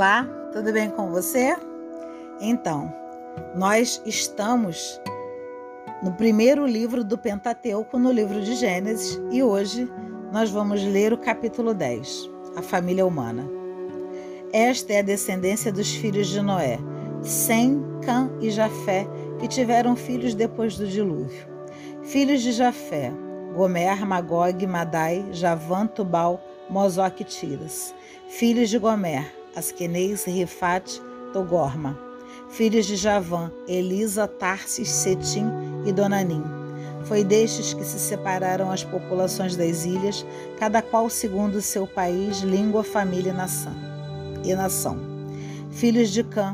Olá, tudo bem com você? Então, nós estamos no primeiro livro do Pentateuco, no livro de Gênesis, e hoje nós vamos ler o capítulo 10, a família humana. Esta é a descendência dos filhos de Noé, Sem, Cã e Jafé, que tiveram filhos depois do dilúvio. Filhos de Jafé: Gomer, Magog, Madai, Javã, Tubal, Mosoque e Tiras. Filhos de Gomer: Asquenez, Rifate, Togorma. Filhos de Javã: Elisa, Tarsis, Setim e Donanim. Foi destes que se separaram as populações das ilhas, cada qual segundo o seu país, língua, família e nação. Filhos de Cã: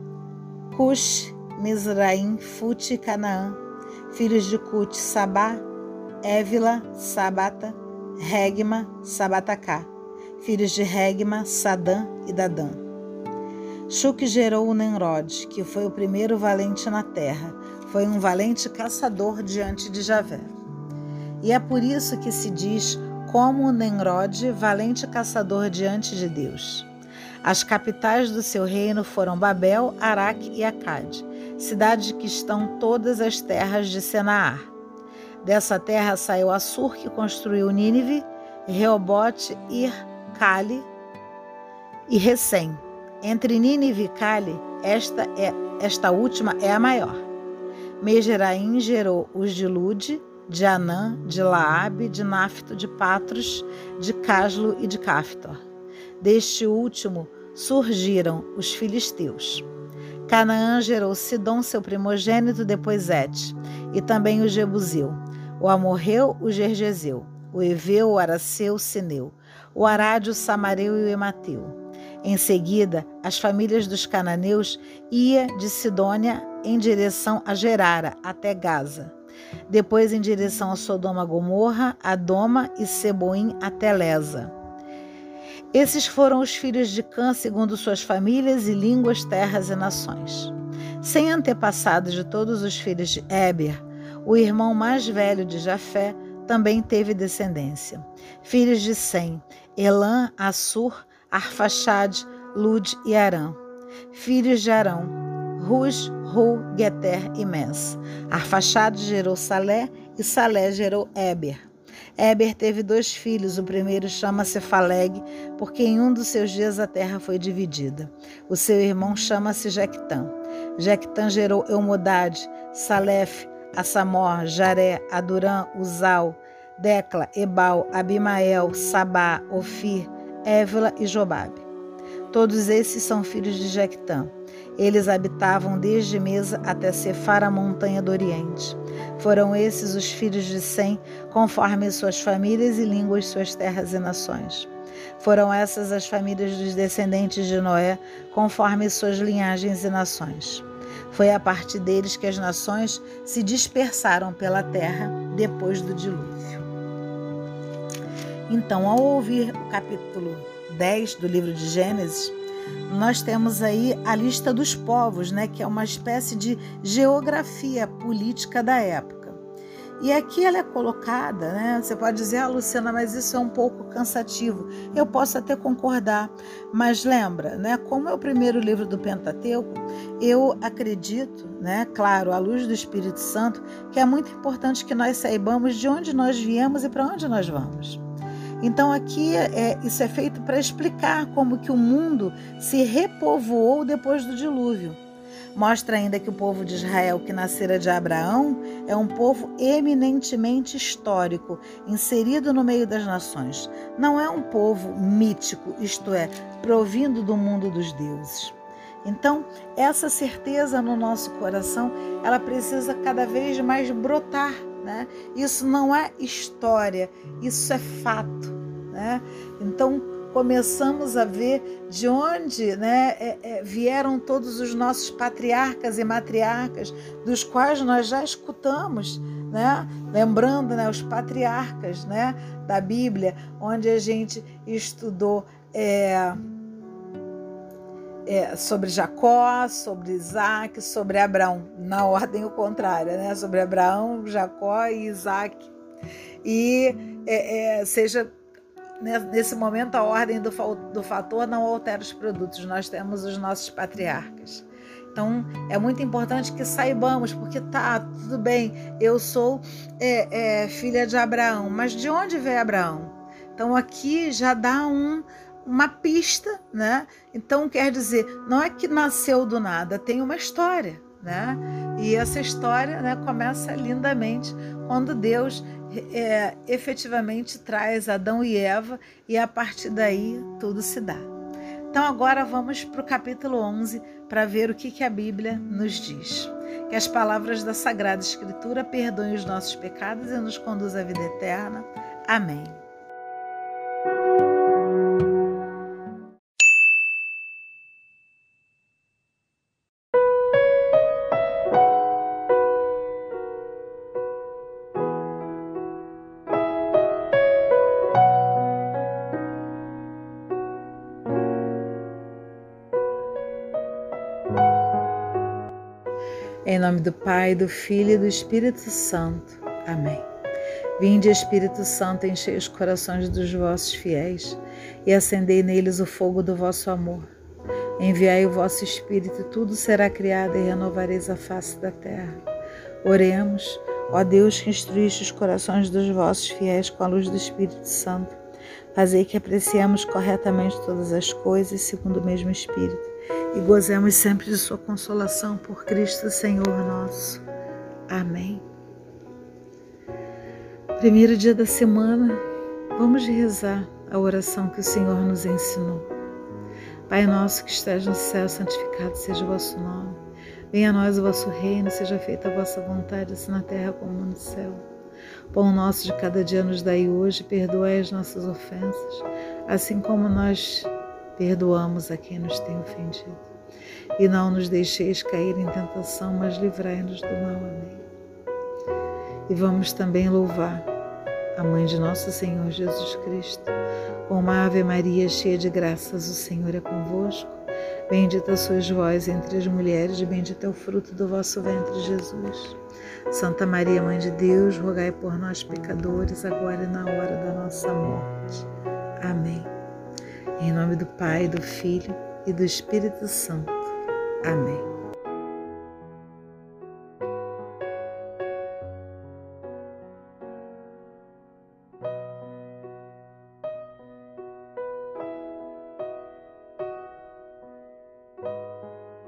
Cush, Mizraim, Fute e Canaã. Filhos de Cute: Sabá, Évila, Sabata, Regma, Sabatacá. Filhos de Regma: Sadã e Dadã. Xuque gerou o Nemrod, que foi o primeiro valente na terra. Foi um valente caçador diante de Javé. E é por isso que se diz como o Nemrod, valente caçador diante de Deus. As capitais do seu reino foram Babel, Araque e Acade, cidades que estão todas as terras de Senaar. Dessa terra saiu Assur, que construiu Nínive, Reobote, Ir, Cale e Recém. Entre Nínive e Cale, esta última é a maior. Meseraim gerou os de Lude, de Anã, de Laabe, de Náfito, de Patros, de Caslo e de Caftor. Deste último surgiram os filisteus. Canaã gerou Sidom, seu primogênito, depois Et, e também o Jebuseu, o Amorreu, o Gergeseu, o Eveu, o Araceu, o Sineu, o Arádio, o Samareu e o Emateu. Em seguida, as famílias dos cananeus iam de Sidônia em direção a Gerara, até Gaza. Depois em direção a Sodoma, Gomorra, Adoma e Seboim, até Lesa. Esses foram os filhos de Cã, segundo suas famílias e línguas, terras e nações. Sem antepassados de todos os filhos de Éber, o irmão mais velho de Jafé também teve descendência. Filhos de Sem: Elã, Assur, Arfaxade, Lud e Arã. Filhos de Arão: Rus, Ru, Geter e Mes. Arfaxade gerou Salé e Salé gerou Éber. Éber teve 2 filhos, o primeiro chama-se Faleg, porque em um dos seus dias a terra foi dividida. O seu irmão chama-se Jectã. Jectã gerou Eumodade, Salef, Assamor, Jaré, Adurã, Uzal, Decla, Ebal, Abimael, Sabá, Ofir, Évila e Jobabe. Todos esses são filhos de Jectã. Eles habitavam desde Mesa até Cefar, a montanha do Oriente. Foram esses os filhos de Sem, conforme suas famílias e línguas, suas terras e nações. Foram essas as famílias dos descendentes de Noé, conforme suas linhagens e nações. Foi a partir deles que as nações se dispersaram pela terra depois do dilúvio. Então, ao ouvir o capítulo 10 do livro de Gênesis, nós temos aí a lista dos povos, né, que é uma espécie de geografia política da época. E aqui ela é colocada, né? Você pode dizer, Luciana, mas isso é um pouco cansativo. Eu posso até concordar, mas lembra, né? Como é o primeiro livro do Pentateuco, eu acredito, né? Claro, à luz do Espírito Santo, que é muito importante que nós saibamos de onde nós viemos e para onde nós vamos. Então aqui isso é feito para explicar como que o mundo se repovoou depois do dilúvio. Mostra ainda que o povo de Israel, que nascera de Abraão, é um povo eminentemente histórico, inserido no meio das nações. Não é um povo mítico, isto é, provindo do mundo dos deuses. Então, essa certeza no nosso coração, ela precisa cada vez mais brotar, né? Isso não é história, isso é fato, né? Então, começamos a ver de onde, né, vieram todos os nossos patriarcas e matriarcas, dos quais nós já escutamos, né? Lembrando, né, os patriarcas, né, da Bíblia, onde a gente estudou sobre Jacó, sobre Isaac, sobre Abraão, na ordem contrária, né? Sobre Abraão, Jacó e Isaac. E seja nesse momento a ordem do fator não altera os produtos, nós temos os nossos patriarcas. Então é muito importante que saibamos, porque tudo bem, eu sou filha de Abraão, mas de onde veio Abraão? Então aqui já dá uma pista, né? Então quer dizer, não é que nasceu do nada, tem uma história, né? E essa história, né, começa lindamente quando Deus efetivamente traz Adão e Eva, e a partir daí tudo se dá. Então agora vamos para o capítulo 11 para ver o que a Bíblia nos diz. Que as palavras da Sagrada Escritura perdoem os nossos pecados e nos conduzam à vida eterna. Amém. Em nome do Pai, do Filho e do Espírito Santo. Amém. Vinde, Espírito Santo, enchei os corações dos vossos fiéis e acendei neles o fogo do vosso amor. Enviai o vosso Espírito e tudo será criado e renovareis a face da terra. Oremos, ó Deus, que instruíste os corações dos vossos fiéis com a luz do Espírito Santo. Fazei que apreciemos corretamente todas as coisas segundo o mesmo Espírito e gozemos sempre de sua consolação por Cristo Senhor nosso. Amém. Primeiro dia da semana, vamos rezar a oração que o Senhor nos ensinou. Pai nosso que estás no céu, santificado seja o vosso nome. Venha a nós o vosso reino, seja feita a vossa vontade, assim na terra como no céu. Pão nosso de cada dia nos dai hoje, perdoai as nossas ofensas, assim como nós perdoamos a quem nos tem ofendido. E não nos deixeis cair em tentação, mas livrai-nos do mal. Amém. E vamos também louvar a Mãe de nosso Senhor Jesus Cristo, com uma Ave Maria cheia de graças, o Senhor é convosco. Bendita sois vós entre as mulheres, e bendito é o fruto do vosso ventre, Jesus. Santa Maria, Mãe de Deus, rogai por nós, pecadores, agora e na hora da nossa morte. Amém. Em nome do Pai, do Filho e do Espírito Santo. Amém.